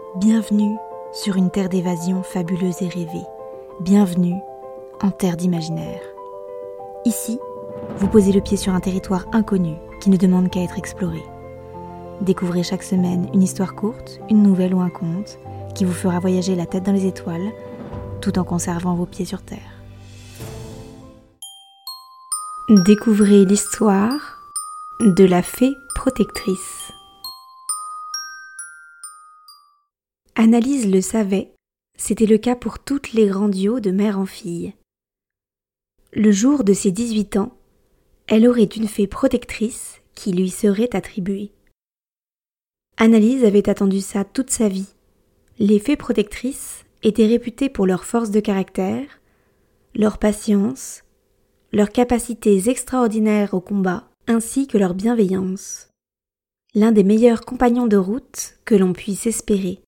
Bienvenue sur une terre d'évasion fabuleuse et rêvée. Bienvenue en terre d'imaginaire. Ici, vous posez le pied sur un territoire inconnu qui ne demande qu'à être exploré. Découvrez chaque semaine une histoire courte, une nouvelle ou un conte qui vous fera voyager la tête dans les étoiles tout en conservant vos pieds sur terre. Découvrez l'histoire de la fée protectrice. Annalise le savait, c'était le cas pour toutes les grandios de mère en fille. Le jour de ses 18 ans, elle aurait une fée protectrice qui lui serait attribuée. Annalise avait attendu ça toute sa vie. Les fées protectrices étaient réputées pour leur force de caractère, leur patience, leurs capacités extraordinaires au combat, ainsi que leur bienveillance. L'un des meilleurs compagnons de route que l'on puisse espérer.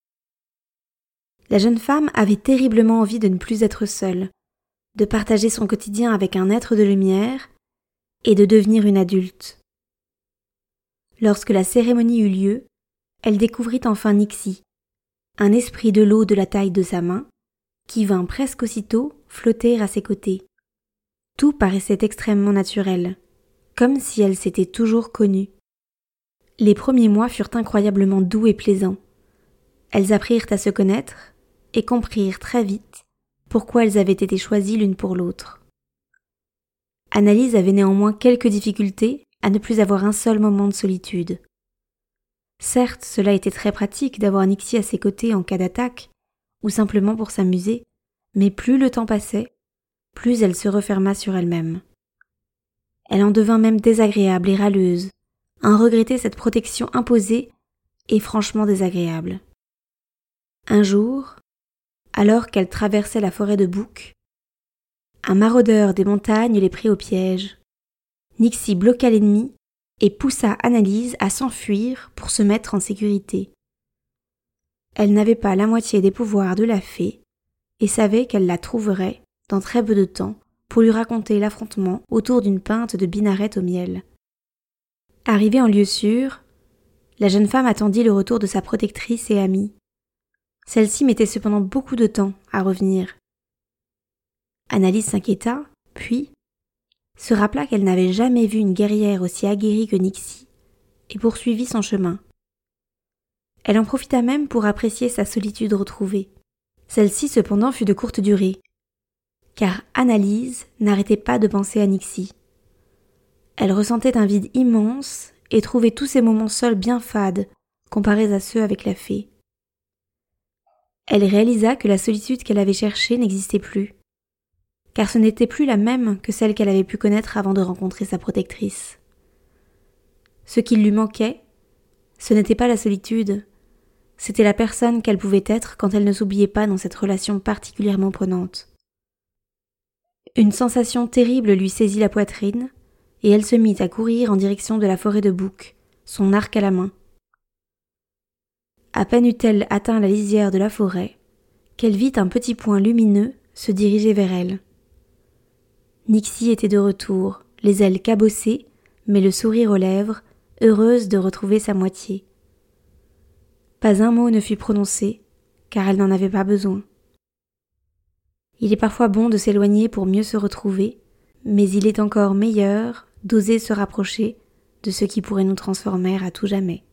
La jeune femme avait terriblement envie de ne plus être seule, de partager son quotidien avec un être de lumière et de devenir une adulte. Lorsque la cérémonie eut lieu, elle découvrit enfin Nixie, un esprit de l'eau de la taille de sa main, qui vint presque aussitôt flotter à ses côtés. Tout paraissait extrêmement naturel, comme si elle s'était toujours connue. Les premiers mois furent incroyablement doux et plaisants. Elles apprirent à se connaître et comprirent très vite pourquoi elles avaient été choisies l'une pour l'autre. Annalise avait néanmoins quelques difficultés à ne plus avoir un seul moment de solitude. Certes, cela était très pratique d'avoir Nixie à ses côtés en cas d'attaque, ou simplement pour s'amuser, mais plus le temps passait, plus elle se referma sur elle-même. Elle en devint même désagréable et râleuse, à en regretter cette protection imposée et franchement désagréable. Un jour, alors qu'elle traversait la forêt de boucs, un maraudeur des montagnes les prit au piège. Nixie bloqua l'ennemi et poussa Annalise à s'enfuir pour se mettre en sécurité. Elle n'avait pas la moitié des pouvoirs de la fée et savait qu'elle la trouverait dans très peu de temps pour lui raconter l'affrontement autour d'une pinte de binarette au miel. Arrivée en lieu sûr, la jeune femme attendit le retour de sa protectrice et amie. Celle-ci mettait cependant beaucoup de temps à revenir. Annalise s'inquiéta, puis se rappela qu'elle n'avait jamais vu une guerrière aussi aguerrie que Nixie et poursuivit son chemin. Elle en profita même pour apprécier sa solitude retrouvée. Celle-ci cependant fut de courte durée, car Annalise n'arrêtait pas de penser à Nixie. Elle ressentait un vide immense et trouvait tous ces moments seuls bien fades comparés à ceux avec la fée. Elle réalisa que la solitude qu'elle avait cherchée n'existait plus, car ce n'était plus la même que celle qu'elle avait pu connaître avant de rencontrer sa protectrice. Ce qui lui manquait, ce n'était pas la solitude, c'était la personne qu'elle pouvait être quand elle ne s'oubliait pas dans cette relation particulièrement prenante. Une sensation terrible lui saisit la poitrine, et elle se mit à courir en direction de la forêt de boucs, son arc à la main. À peine eut-elle atteint la lisière de la forêt, qu'elle vit un petit point lumineux se diriger vers elle. Nixie était de retour, les ailes cabossées, mais le sourire aux lèvres, heureuse de retrouver sa moitié. Pas un mot ne fut prononcé, car elle n'en avait pas besoin. Il est parfois bon de s'éloigner pour mieux se retrouver, mais il est encore meilleur d'oser se rapprocher de ce qui pourrait nous transformer à tout jamais.